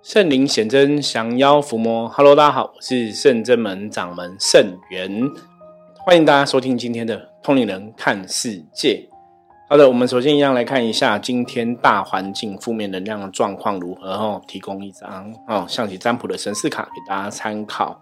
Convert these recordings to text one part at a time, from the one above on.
圣灵显真，降妖伏魔。Hello， 大家好，我是圣真门掌门圣元，欢迎大家收听今天的通灵人看世界。好的，我们首先一样来看一下今天大环境负面能量的状况如何，提供一张象棋占卜的神示卡给大家参考。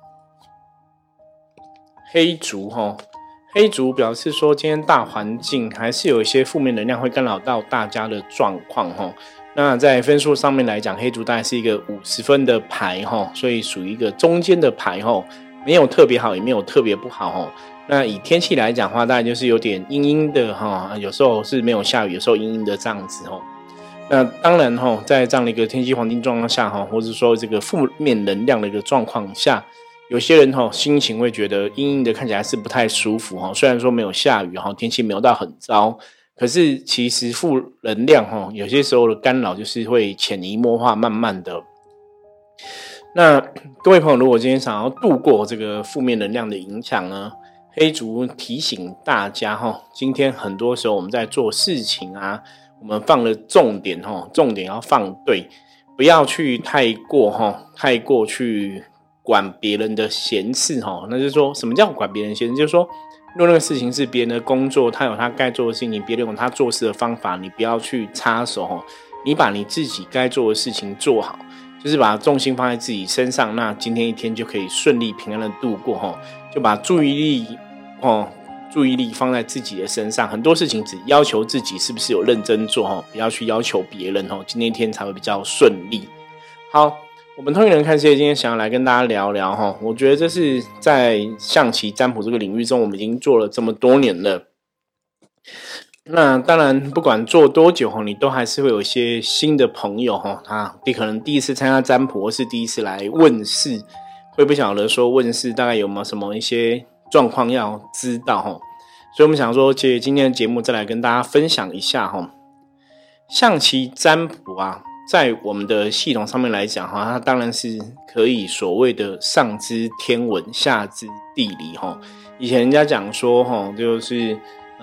黑竹黑竹表示说，今天大环境还是有一些负面能量会干扰到大家的状况那在分数上面来讲，黑竹大概是一个50分的牌所以属于一个中间的牌没有特别好，也没有特别不好那以天气来讲的话，大概就是有点阴阴的有时候是没有下雨，有时候阴阴的这样子那当然在这样的一个天气环境状况下或者说这个负面能量的一个状况下，有些人心情会觉得阴阴的，看起来是不太舒服虽然说没有下雨天气没有到很糟，可是其实负能量有些时候的干扰就是会潜移默化，慢慢的。那各位朋友，如果今天想要度过这个负面能量的影响呢，黑竹提醒大家今天很多时候我们在做事情我们放了重点重点要放对，不要去太过去管别人的闲事那就是说，什么叫管别人闲事？就是说，如果那个事情是别人的工作，他有他该做的事情，别人有他做事的方法，你不要去插手你把你自己该做的事情做好，就是把重心放在自己身上，那今天一天就可以顺利平安的度过就把注意力放在自己的身上，很多事情只要求自己是不是有认真做不要去要求别人今天一天才会比较顺利。好，我们通灵人看世界今天想要来跟大家聊聊我觉得这是在象棋占卜这个领域中我们已经做了这么多年了，那当然不管做多久你都还是会有一些新的朋友你可能第一次参加占卜或是第一次来问事，会不晓得说问事大概有没有什么一些状况要知道所以我们想说借今天的节目再来跟大家分享一下象棋占卜在我们的系统上面来讲它当然是可以所谓的上知天文下知地理以前人家讲说就是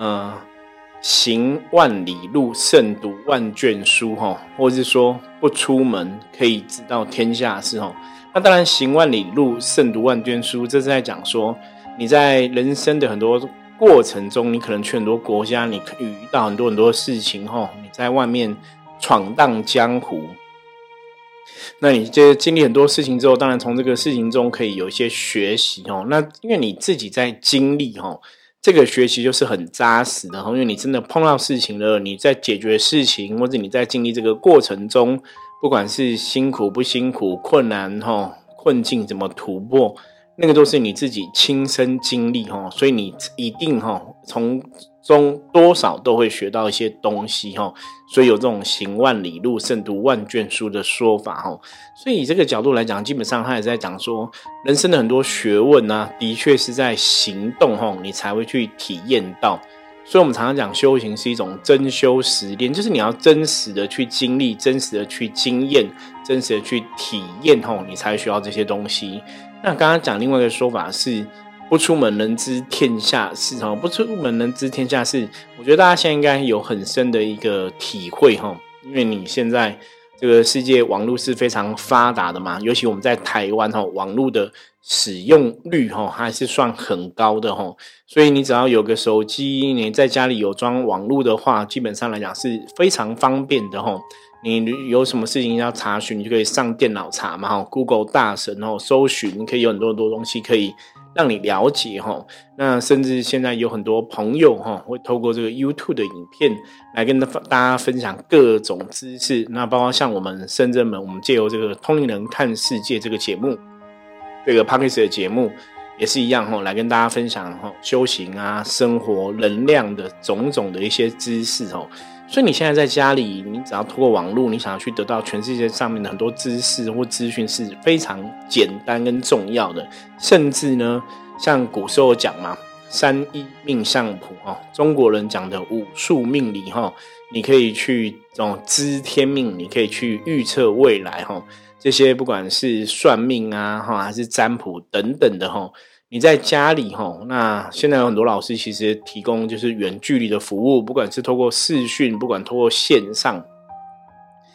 行万里路胜读万卷书或是说不出门可以知道天下事那当然行万里路胜读万卷书，这是在讲说你在人生的很多过程中，你可能去很多国家，你遇到很多事情你在外面闯荡江湖，那你这经历很多事情之后，当然从这个事情中可以有一些学习那因为你自己在经历这个学习就是很扎实的因为你真的碰到事情了，你在解决事情或者你在经历这个过程中，不管是辛苦不辛苦，困难困境怎么突破，那个都是你自己亲身经历所以你一定从中多少都会学到一些东西所以有这种行万里路胜读万卷书的说法所以以这个角度来讲，基本上他也在讲说人生的很多学问的确是在行动你才会去体验到。所以我们常常讲修行是一种真修实练，就是你要真实的去经历，真实的去经验，真实的去体验你才会学到这些东西。那刚刚讲另外一个说法是不出门能知天下事不出门能知天下事，我觉得大家现在应该有很深的一个体会因为你现在这个世界网络是非常发达的嘛，尤其我们在台湾网络的使用率还是算很高的所以你只要有个手机，你在家里有装网络的话，基本上来讲是非常方便的你有什么事情要查询，你就可以上电脑查嘛Google 大神搜寻，可以有很多东西可以让你了解那甚至现在有很多朋友会透过这个 YouTube 的影片来跟大家分享各种知识，那包括像我们圣真门，我们藉由这个通灵人看世界这个节目，这个 Podcast 的节目也是一样来跟大家分享修行生活能量的种种的一些知识所以你现在在家里，你只要透过网络，你想要去得到全世界上面的很多知识或资讯是非常简单跟重要的。甚至呢，像古时候讲嘛，3一命相谱中国人讲的武术命理你可以去知天命，你可以去预测未来这些不管是算命还是占卜等等的你在家里那现在有很多老师其实提供就是远距离的服务，不管是透过视讯，不管透过线上，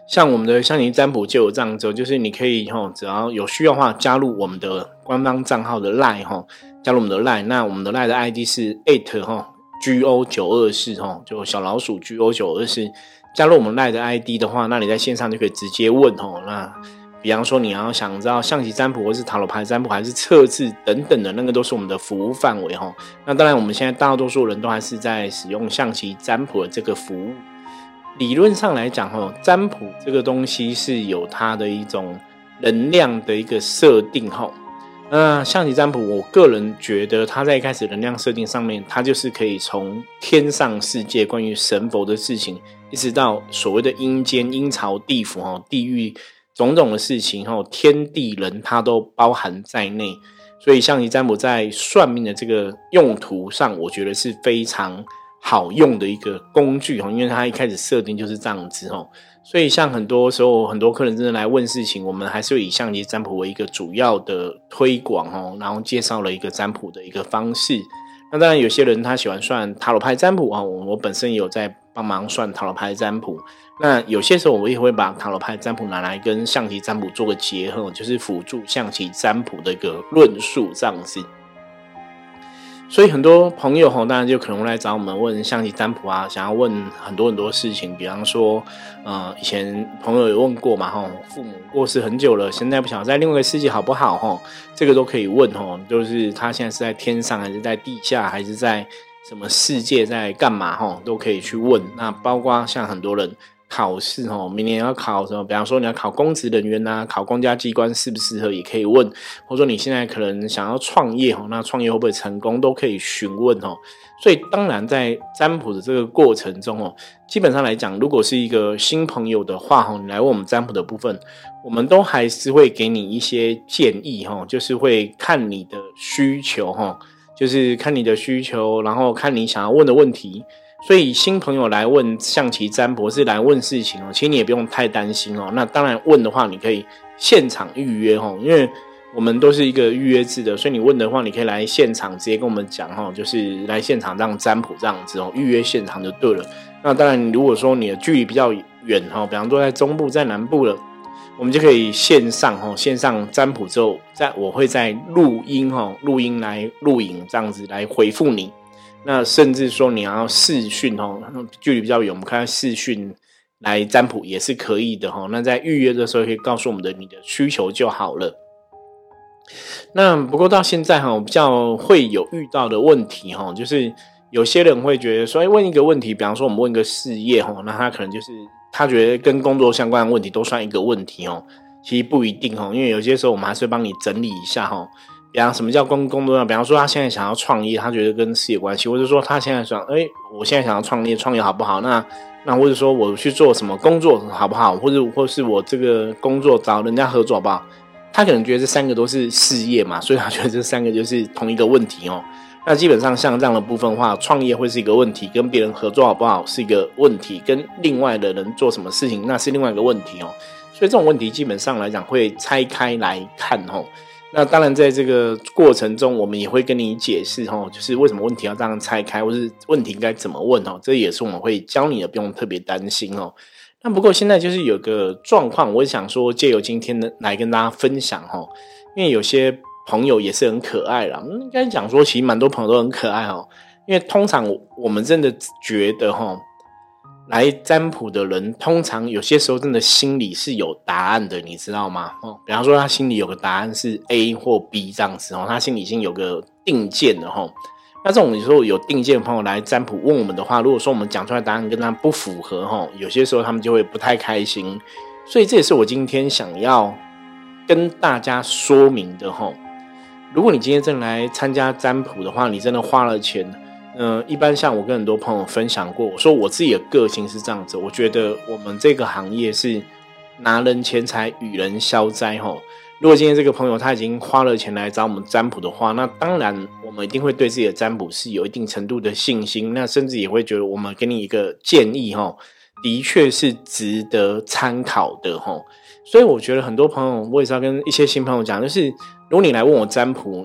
像我们的象棋占卜就有这样子，就是你可以只要有需要的话，加入我们的官方账号的 LINE 加入我们的 LINE， 那我们的 LINE 的 ID 是 @GO924 就小老鼠 GO924， 加入我们 LINE 的 ID 的话，那你在线上就可以直接问那比方说你要想知道象棋占卜或是塔罗牌占卜还是测字等等的，那个都是我们的服务范围那当然我们现在大多数人都还是在使用象棋占卜的这个服务。理论上来讲占卜这个东西是有它的一种能量的一个设定那象棋占卜我个人觉得它在一开始能量设定上面，它就是可以从天上世界关于神佛的事情，一直到所谓的阴间阴曹地府地狱种种的事情天地人它都包含在内，所以象棋占卜在算命的这个用途上，我觉得是非常好用的一个工具因为它一开始设定就是这样子所以像很多时候很多客人真的来问事情，我们还是会以象棋占卜为一个主要的推广然后介绍了一个占卜的一个方式。那当然有些人他喜欢算塔罗牌占卜我本身也有在帮忙算塔罗牌占卜，那有些时候我也会把塔罗牌占卜拿来跟象棋占卜做个结合，就是辅助象棋占卜的一个论述这样子。所以很多朋友当然就可能会来找我们问象棋占卜想要问很多很多事情，比方说以前朋友有问过嘛父母过世很久了，现在不晓得在另外一个世界好不好这个都可以问就是他现在是在天上还是在地下还是在什么世界在干嘛都可以去问。那包括像很多人考试明年要考什么，比方说你要考公职人员考公家机关适不适合也可以问，或者说你现在可能想要创业那创业会不会成功都可以询问所以当然在占卜的这个过程中基本上来讲，如果是一个新朋友的话你来问我们占卜的部分，我们都还是会给你一些建议就是会看你的需求就是看你的需求，然后看你想要问的问题。所以新朋友来问象棋占卜是来问事情其实你也不用太担心那当然问的话你可以现场预约因为我们都是一个预约制的，所以你问的话你可以来现场直接跟我们讲就是来现场让占卜这样子预约现场就对了。那当然如果说你的距离比较远比方说在中部在南部了，我们就可以线上占卜之后我会在录音来录影这样子来回复你。那甚至说你要视讯距离比较远，我们看视讯来占卜也是可以的那在预约的时候可以告诉我们你的需求就好了。那不过到现在比较会有遇到的问题就是有些人会觉得说问一个问题，比方说我们问一个事业那他可能就是他觉得跟工作相关的问题都算一个问题其实不一定因为有些时候我们还是会帮你整理一下比方什么叫工作呢？比方说他现在想要创业，他觉得跟事业有关系，或者说他现在想我现在想要创业好不好？那或者说我去做什么工作好不好？或是我这个工作找人家合作好不好？他可能觉得这三个都是事业嘛，所以他觉得这三个就是同一个问题那基本上像这样的部分的话，创业会是一个问题，跟别人合作好不好是一个问题，跟另外的人做什么事情那是另外一个问题所以这种问题基本上来讲会拆开来看那当然在这个过程中我们也会跟你解释就是为什么问题要这样拆开，或是问题该怎么问这也是我们会教你的，不用特别担心那不过现在就是有个状况，我想说借由今天的来跟大家分享因为有些朋友也是很可爱啦，应该讲说其实蛮多朋友都很可爱因为通常我们真的觉得来占卜的人通常有些时候真的心里是有答案的，你知道吗比方说他心里有个答案是 A 或 B 这样子他心里已经有个定见了那这种有时候有定见的朋友来占卜问我们的话，如果说我们讲出来的答案跟他不符合有些时候他们就会不太开心。所以这也是我今天想要跟大家说明的如果你今天真的来参加占卜的话，你真的花了钱一般像我跟很多朋友分享过，我说我自己的个性是这样子，我觉得我们这个行业是拿人钱财与人消灾如果今天这个朋友他已经花了钱来找我们占卜的话，那当然我们一定会对自己的占卜是有一定程度的信心，那甚至也会觉得我们给你一个建议的确是值得参考的所以我觉得很多朋友，我也是要跟一些新朋友讲，就是如果你来问我占卜，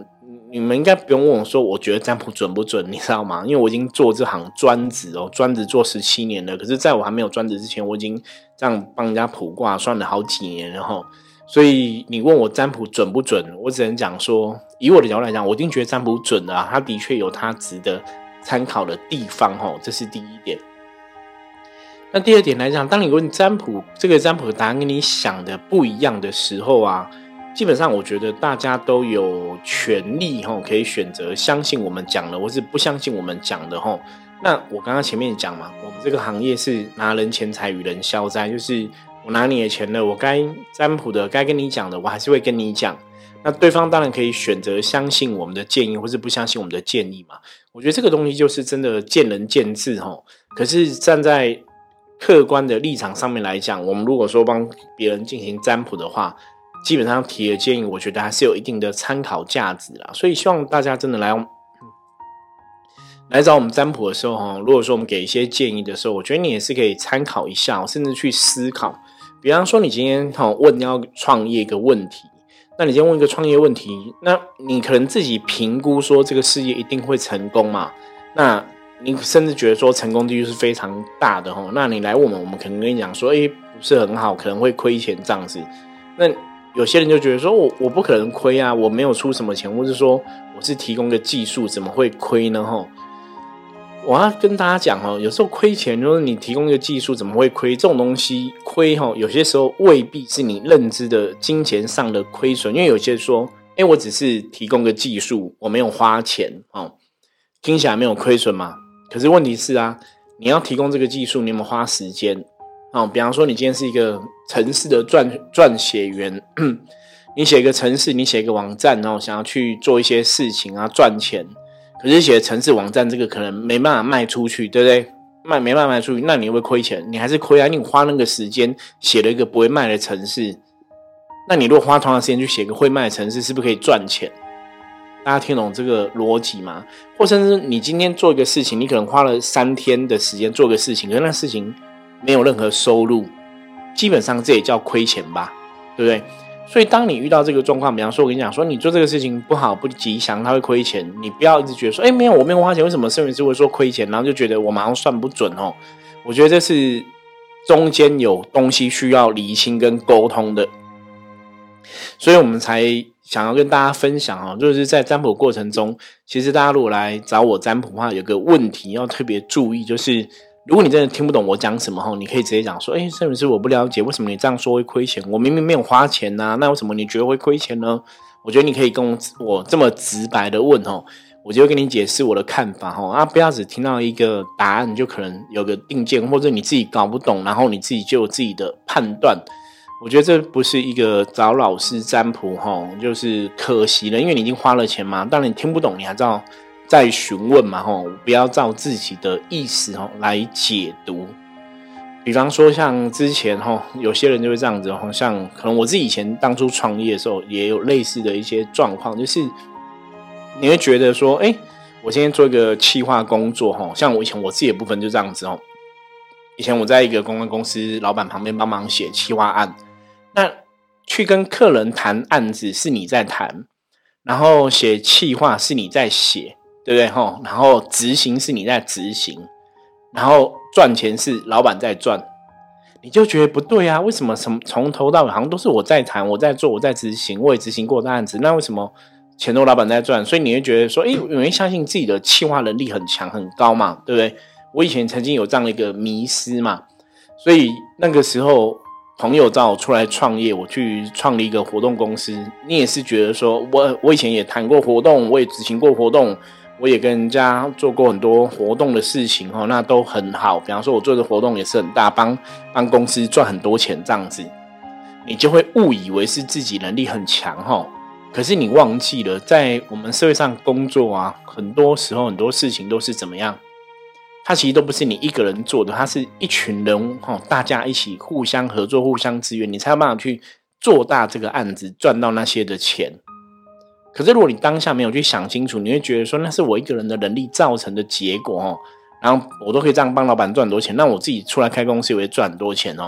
你们应该不用问我说我觉得占卜准不准，你知道吗？因为我已经做这行专职做17年了，可是在我还没有专职之前，我已经这样帮人家卜卦算了好几年了齁。所以你问我占卜准不准，我只能讲说，以我的角度来讲，我一定觉得占卜准的啊，它的确有它值得参考的地方齁，这是第一点。那第二点来讲，当你问占卜这个占卜的答案跟你想的不一样的时候啊，基本上我觉得大家都有权利可以选择相信我们讲的，或是不相信我们讲的。那我刚刚前面讲嘛，我们这个行业是拿人钱财与人消灾，就是我拿你的钱了，我该占卜的该跟你讲的我还是会跟你讲。那对方当然可以选择相信我们的建议，或是不相信我们的建议嘛。我觉得这个东西就是真的见仁见智。可是站在客观的立场上面来讲，我们如果说帮别人进行占卜的话，基本上提的建议我觉得还是有一定的参考价值啦。所以希望大家真的来找我们占卜的时候，如果说我们给一些建议的时候，我觉得你也是可以参考一下，甚至去思考。比方说你今天问要创业一个问题，那你今天问一个创业问题，那你可能自己评估说这个事业一定会成功嘛，那你甚至觉得说成功几率是非常大的，那你来问我们可能跟你讲说不是很好，可能会亏钱这样子。那有些人就觉得说我不可能亏啊，我没有出什么钱，或者说我是提供个技术，怎么会亏呢？我要跟大家讲有时候亏钱就是你提供一个技术怎么会亏，这种东西亏有些时候未必是你认知的金钱上的亏损。因为有些人说我只是提供个技术，我没有花钱听起来没有亏损嘛。可是问题是啊，你要提供这个技术，你有没有花时间比方说你今天是一个程式的撰写员你写一个程式，你写一个网站想要去做一些事情啊赚钱，可是写程式网站这个可能没办法卖出去，对不对？没办法卖出去，那你会不会亏钱？你还是亏啊，你花那个时间写了一个不会卖的程式，那你如果花同样的时间去写一个会卖的程式，是不是可以赚钱？大家听懂这个逻辑吗？或甚至你今天做一个事情，你可能花了3天的时间做个事情，可是那事情没有任何收入，基本上这也叫亏钱吧，对不对？所以当你遇到这个状况，比方说我跟你讲说你做这个事情不好不吉祥，它会亏钱，你不要一直觉得说没有我没有花钱，为什么摄影师会说亏钱，然后就觉得我马上算不准我觉得这是中间有东西需要厘清跟沟通的，所以我们才想要跟大家分享就是在占卜过程中，其实大家如果来找我占卜的话，有个问题要特别注意，就是如果你真的听不懂我讲什么你可以直接讲说摄影师我不了解，为什么你这样说会亏钱？我明明没有花钱啊，那为什么你觉得会亏钱呢？我觉得你可以跟我这么直白的问我就会跟你解释我的看法不要只听到一个答案你就可能有个定见，或者你自己搞不懂，然后你自己就有自己的判断。我觉得这不是一个找老师占卜就是可惜了，因为你已经花了钱嘛，当然你听不懂你还是要再询问嘛不要照自己的意思来解读。比方说像之前有些人就会这样子像可能我自己以前当初创业的时候也有类似的一些状况，就是你会觉得说我今天做一个企划工作像我以前我自己的部分就这样子以前我在一个公关公司老板旁边帮忙写企划案，那去跟客人谈案子是你在谈，然后写企划是你在写，对不对然后执行是你在执行，然后赚钱是老板在赚，你就觉得不对啊，为什么从头到尾好像都是我在谈，我在做，我在执行，我也执行过的案子，那为什么钱都老板在赚？所以你会觉得说我会相信自己的企划能力很强很高嘛，对不对？我以前曾经有这样的一个迷思嘛，所以那个时候朋友找我出来创业，我去创立一个活动公司，你也是觉得说我以前也谈过活动，我也执行过活动，我也跟人家做过很多活动的事情那都很好。比方说我做的活动也是很大，帮公司赚很多钱这样子，你就会误以为是自己能力很强可是你忘记了，在我们社会上工作啊，很多时候很多事情都是怎么样，它其实都不是你一个人做的，它是一群人大家一起互相合作互相支援，你才有办法去做大这个案子，赚到那些的钱。可是如果你当下没有去想清楚，你会觉得说那是我一个人的能力造成的结果然后我都可以这样帮老板赚很多钱，那我自己出来开公司也会赚很多钱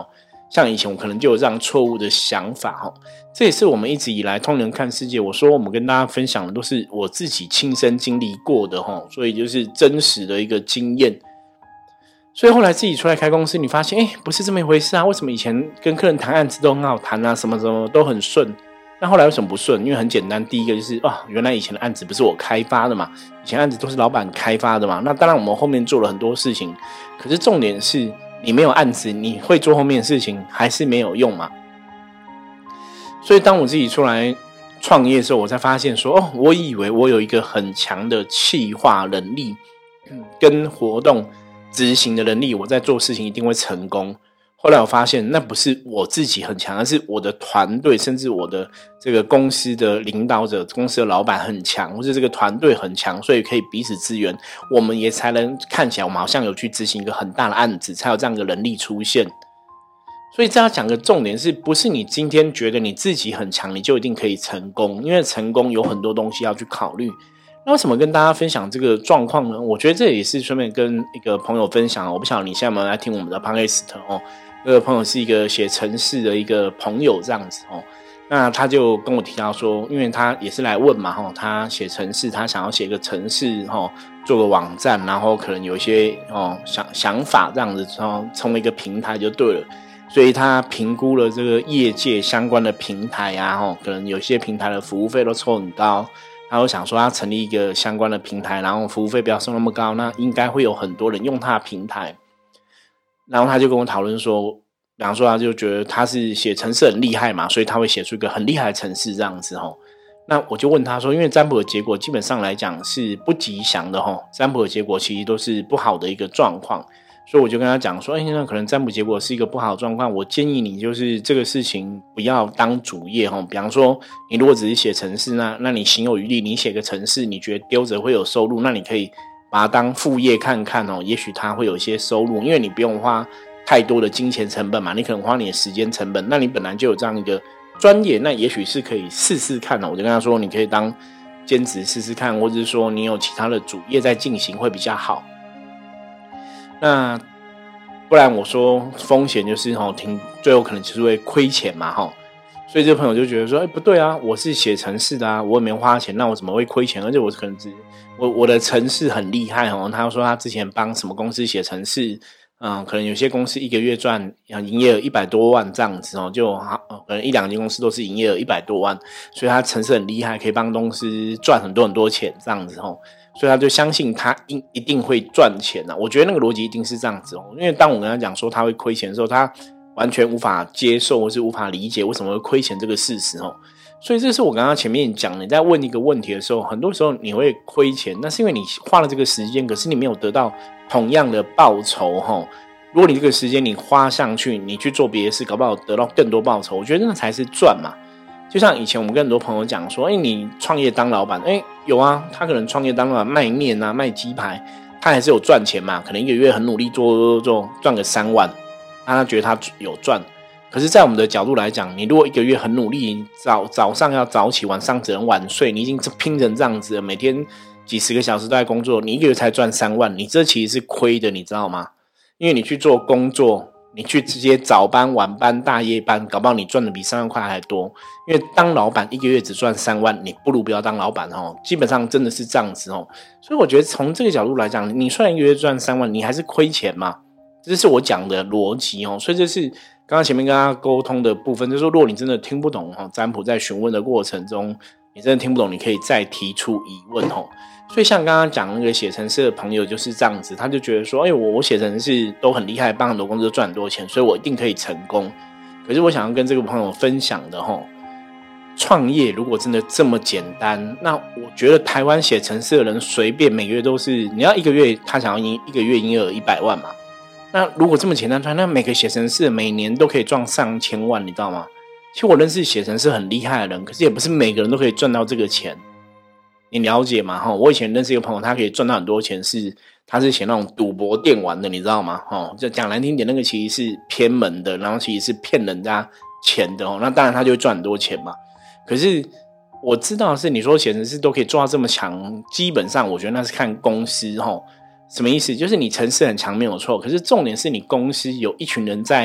像以前我可能就有这样错误的想法这也是我们一直以来通人看世界，我说我们跟大家分享的都是我自己亲身经历过的所以就是真实的一个经验。所以后来自己出来开公司，你发现不是这么一回事啊，为什么以前跟客人谈案子都很好谈啊，什么什么都很顺，那后来为什么不顺？因为很简单，第一个就是原来以前的案子不是我开发的嘛，以前案子都是老板开发的嘛，那当然我们后面做了很多事情，可是重点是你没有案子，你会做后面的事情还是没有用嘛。所以当我自己出来创业的时候，我才发现说我以为我有一个很强的企划能力跟活动执行的能力，我在做事情一定会成功。后来我发现那不是我自己很强，而是我的团队，甚至我的这个公司的领导者、公司的老板很强，或者这个团队很强，所以可以彼此支援，我们也才能看起来我们好像有去执行一个很大的案子，才有这样的能力出现。所以这要讲的重点是，不是你今天觉得你自己很强你就一定可以成功，因为成功有很多东西要去考虑。那为什么跟大家分享这个状况呢？我觉得这也是顺便跟一个朋友分享，我不晓得你现在有没有来听我们的 podcast 这个朋友是一个写程式的一个朋友这样子那他就跟我提到说，因为他也是来问嘛他写程式，他想要写个程式做个网站，然后可能有一些想法这样子成为一个平台就对了。所以他评估了这个业界相关的平台啊可能有些平台的服务费都抽很高，他就想说他成立一个相关的平台，然后服务费不要收那么高，那应该会有很多人用他的平台。然后他就跟我讨论说，比方说他就觉得他是写程式很厉害嘛，所以他会写出一个很厉害的程式这样子那我就问他说，因为占卜的结果基本上来讲是不吉祥的占卜的结果其实都是不好的一个状况，所以我就跟他讲说那可能占卜结果是一个不好的状况，我建议你就是这个事情不要当主业比方说你如果只是写程式，那你行有余力，你写个程式你觉得丢着会有收入，那你可以把它当副业看看也许它会有一些收入，因为你不用花太多的金钱成本嘛，你可能花你的时间成本，那你本来就有这样一个专业，那也许是可以试试看我就跟他说你可以当兼职试试看，或者是说你有其他的主业在进行会比较好。那不然我说风险就是最后可能就是会亏钱嘛所以这个朋友就觉得说不对啊，我是写程式的我也没花钱，那我怎么会亏钱？而且我可能我的程式很厉害他说他之前帮什么公司写程式可能有些公司一个月赚营业额100多万这样子就可能1-2间公司都是营业额100多万，所以他程式很厉害，可以帮公司赚很多很多钱这样子所以他就相信他一定会赚钱我觉得那个逻辑一定是这样子因为当我跟他讲说他会亏钱的时候，他完全无法接受或是无法理解为什么会亏钱这个事实所以这是我刚刚前面讲，你在问一个问题的时候，很多时候你会亏钱，那是因为你花了这个时间，可是你没有得到同样的报酬如果你这个时间你花上去，你去做别的事，搞不好得到更多报酬，我觉得那才是赚嘛。就像以前我们跟很多朋友讲说你创业当老板有啊，他可能创业当老板卖面啊卖鸡排，他还是有赚钱嘛，可能一个月很努力做赚个3万，他觉得他有赚。可是在我们的角度来讲，你如果一个月很努力，早上要早起，晚上只能晚睡，你已经拼成这样子了，每天几十个小时都在工作，你一个月才赚3万，你这其实是亏的，你知道吗？因为你去做工作，你去直接早班晚班大夜班，搞不好你赚的比3万块还多。因为当老板一个月只赚3万，你不如不要当老板基本上真的是这样子所以我觉得从这个角度来讲，你虽然一个月赚3万，你还是亏钱嘛，这是我讲的逻辑所以这是刚刚前面跟他沟通的部分，就是说如果你真的听不懂占卜在询问的过程中你真的听不懂，你可以再提出疑问所以像刚刚讲那个写程式的朋友就是这样子，他就觉得说我写程式都很厉害，帮很多公司都赚很多钱，所以我一定可以成功。可是我想要跟这个朋友分享的创业如果真的这么简单，那我觉得台湾写程式的人随便每个月都是，你要一个月他想要一个月营业额100万嘛，那如果这么简单赚，那每个写程式每年都可以赚上千万，你知道吗？其实我认识写程式很厉害的人，可是也不是每个人都可以赚到这个钱，你了解吗？我以前认识一个朋友，他可以赚到很多钱，他是写那种赌博电玩的，你知道吗？就讲难听点，那个其实是偏门的，然后其实是骗人家钱的那当然他就会赚很多钱嘛。可是我知道的是，你说写程式都可以做到这么强，基本上我觉得那是看公司什么意思？就是你程式很强没有错，可是重点是你公司有一群人在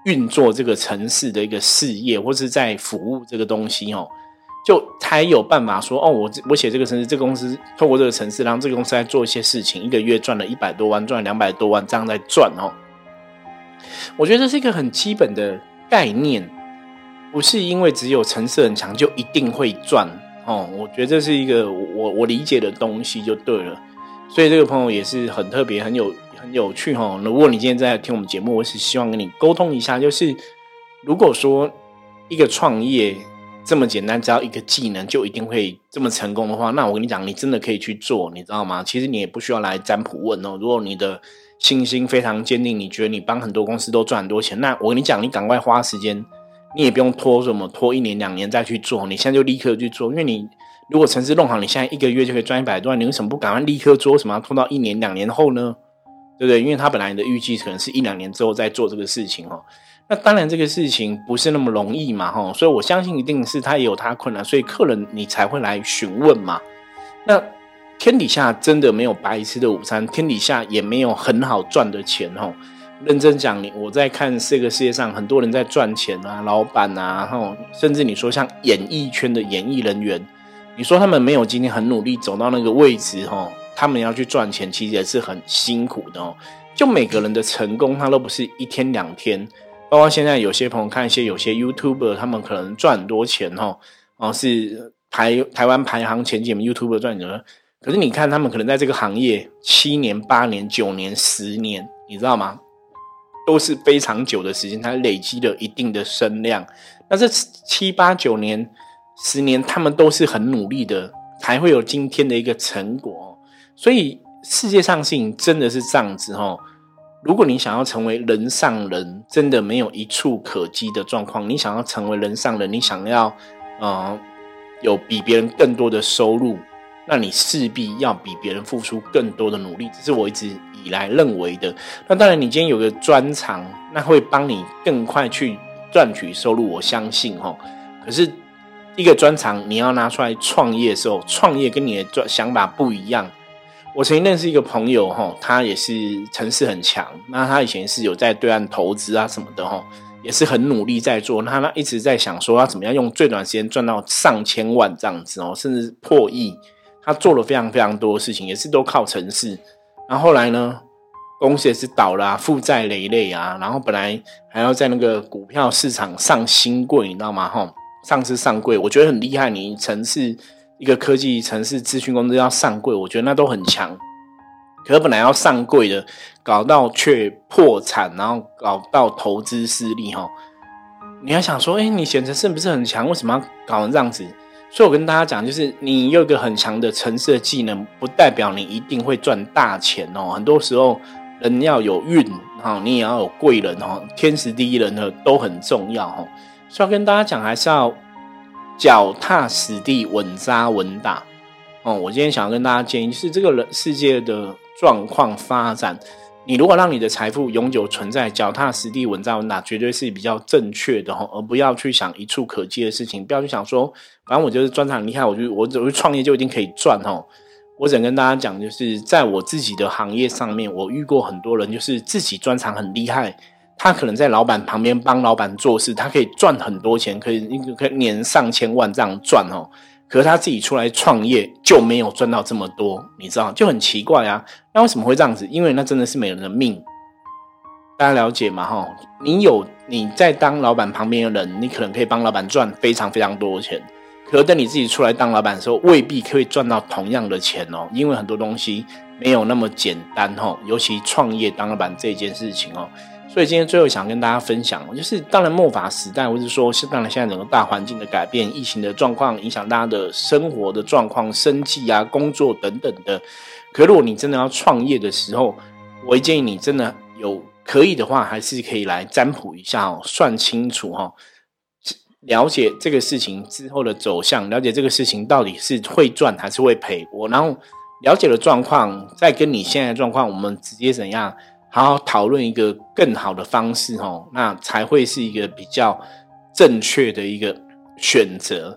运作这个城市的一个事业，或是在服务这个东西就才有办法说我写这个城市，这个公司透过这个城市，让这个公司在做一些事情，一个月赚了100多万，赚了200多万，这样在赚我觉得这是一个很基本的概念，不是因为只有城市很强就一定会赚我觉得这是一个我理解的东西就对了。所以这个朋友也是很特别，很有趣如果你今天在听我们节目，我是希望跟你沟通一下，就是如果说一个创业这么简单，只要一个技能就一定会这么成功的话，那我跟你讲，你真的可以去做，你知道吗？其实你也不需要来占卜问如果你的信心非常坚定，你觉得你帮很多公司都赚很多钱，那我跟你讲，你赶快花时间，你也不用拖1年2年再去做，你现在就立刻去做。因为你如果城市弄好，你现在1个月就可以赚100多万，你为什么不赶快立刻做？为什么要拖到1年2年后呢？对不对？因为他本来的预计可能是1-2年之后再做这个事情那当然这个事情不是那么容易嘛所以我相信一定是他也有他困难，所以客人你才会来询问嘛。那天底下真的没有白吃的午餐，天底下也没有很好赚的钱认真讲，我在看这个世界上很多人在赚钱啊，老板啊甚至你说像演艺圈的演艺人员，你说他们没有今天很努力走到那个位置他们要去赚钱其实也是很辛苦的就每个人的成功他都不是1天2天，包括现在有些朋友看有些 YouTuber 他们可能赚很多钱是台湾排行前几名 YouTuber 赚钱，可是你看他们可能在这个行业7年8年9年10年，你知道吗？都是非常久的时间，它累积了一定的声量。那这7、8、9年、10年，他们都是很努力的，才会有今天的一个成果。所以世界上事情真的是这样子如果你想要成为人上人，真的没有一触可及的状况。你想要成为人上人，你想要有比别人更多的收入，那你势必要比别人付出更多的努力，这是我一直以来认为的。那当然你今天有个专长，那会帮你更快去赚取收入，我相信可是一个专长你要拿出来创业的时候，创业跟你的想法不一样。我曾经认识一个朋友他也是程式很强，那他以前是有在对岸投资啊什么的也是很努力在做，他一直在想说要怎么样用最短时间赚到上千万这样子甚至破亿。他做了非常非常多的事情，也是都靠程式。然后后来呢，公司也是倒了负债累累然后本来还要在那个股票市场上新柜，你知道吗上市上柜，我觉得很厉害。你程式一个科技程式资讯公司要上柜，我觉得那都很强。可是本来要上柜的，搞到却破产，然后搞到投资失利你还想说你写程式不是很强，为什么要搞成这样子？所以我跟大家讲，就是你有一个很强的程式的技能，不代表你一定会赚大钱很多时候人要有运你也要有贵人天时地利人和都很重要所以要跟大家讲，还是要脚踏实地，稳扎稳打我今天想要跟大家建议，就是这个世界的状况发展，你如果让你的财富永久存在，脚踏实地，稳扎稳打，绝对是比较正确的而不要去想一触可及的事情，不要去想说反正我就是专长很厉害，我创业就一定可以赚我只能跟大家讲，就是在我自己的行业上面，我遇过很多人就是自己专长很厉害，他可能在老板旁边帮老板做事，他可以赚很多钱，可以年上千万这样赚可是他自己出来创业就没有赚到这么多，你知道就很奇怪啊。那为什么会这样子？因为那真的是每个人的命，大家了解吗你在当老板旁边的人，你可能可以帮老板赚非常非常多的钱，可是等你自己出来当老板的时候，未必可以赚到同样的钱因为很多东西没有那么简单尤其创业当老板这件事情所以今天最后想跟大家分享，就是当然末法时代，或是说当然现在整个大环境的改变，疫情的状况影响大家的生活的状况、生计啊、工作等等的。可如果你真的要创业的时候，我会建议你真的有可以的话，还是可以来占卜一下算清楚了解这个事情之后的走向，了解这个事情到底是会赚还是会赔。然后了解了状况，再跟你现在的状况，我们直接怎样好好讨论一个更好的方式那才会是一个比较正确的一个选择。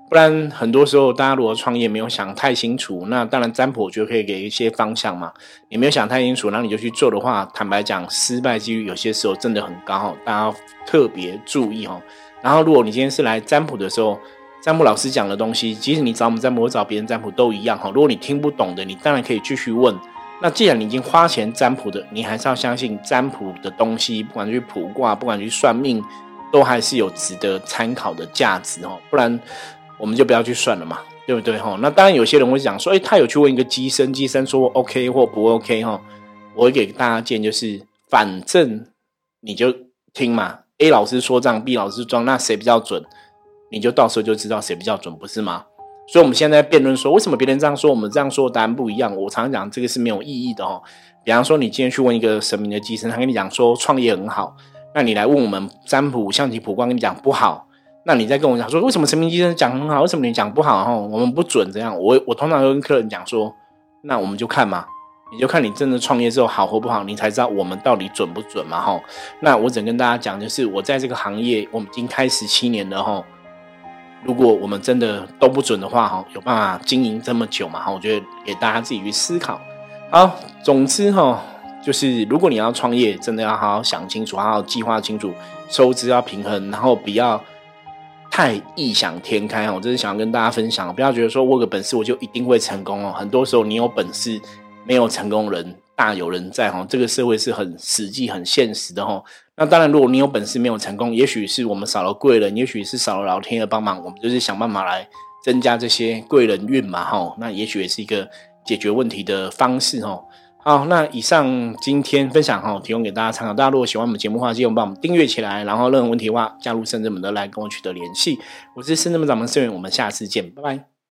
不然很多时候大家如果创业没有想太清楚，那当然占卜我觉得可以给一些方向嘛，你没有想太清楚，然后你就去做的话，坦白讲失败几率有些时候真的很高，大家要特别注意。然后如果你今天是来占卜的时候，占卜老师讲的东西，即使你找我们占卜或找别人占卜都一样，如果你听不懂的，你当然可以继续问。那既然你已经花钱占卜的，你还是要相信占卜的东西，不管去卜卦，不管去算命，都还是有值得参考的价值，不然我们就不要去算了嘛，对不对？那当然有些人会讲说，他有去问一个机身，机身说 OK 或不 OK， 我会给大家建议就是，反正你就听嘛， A 老师说这样 B 老师装，那谁比较准，你就到时候就知道谁比较准，不是吗？所以我们现在辩论说，为什么别人这样说，我们这样说答案不一样？我常常讲这个是没有意义的。比方说你今天去问一个神明的机身，他跟你讲说创业很好，那你来问我们占卜象棋卜卦跟你讲不好，那你再跟我讲说为什么神明机身讲很好，为什么你讲不好，我们不准这样。我通常会跟客人讲说，那我们就看嘛，你就看你真的创业之后好或不好，你才知道我们到底准不准嘛。那我只能跟大家讲，就是我在这个行业我们已经开17年了，如果我们真的都不准的话，有办法经营这么久嘛？我觉得给大家自己去思考。好，总之就是如果你要创业，真的要好好想清楚，好好计划清楚，收支要平衡，然后不要太异想天开。我这是想要跟大家分享，不要觉得说我有个本事我就一定会成功。很多时候你有本事没有成功人大有人在，这个社会是很实际很现实的。那当然如果你有本事没有成功，也许是我们少了贵人，也许是少了老天的帮忙，我们就是想办法来增加这些贵人运嘛。那也许也是一个解决问题的方式。好，那以上今天分享提供给大家参考。大家如果喜欢我们节目的话，记得帮我们订阅起来，然后任何问题的话加入圣真门的来跟我取得联系。我是圣真门掌门圣元，我们下次见，拜拜。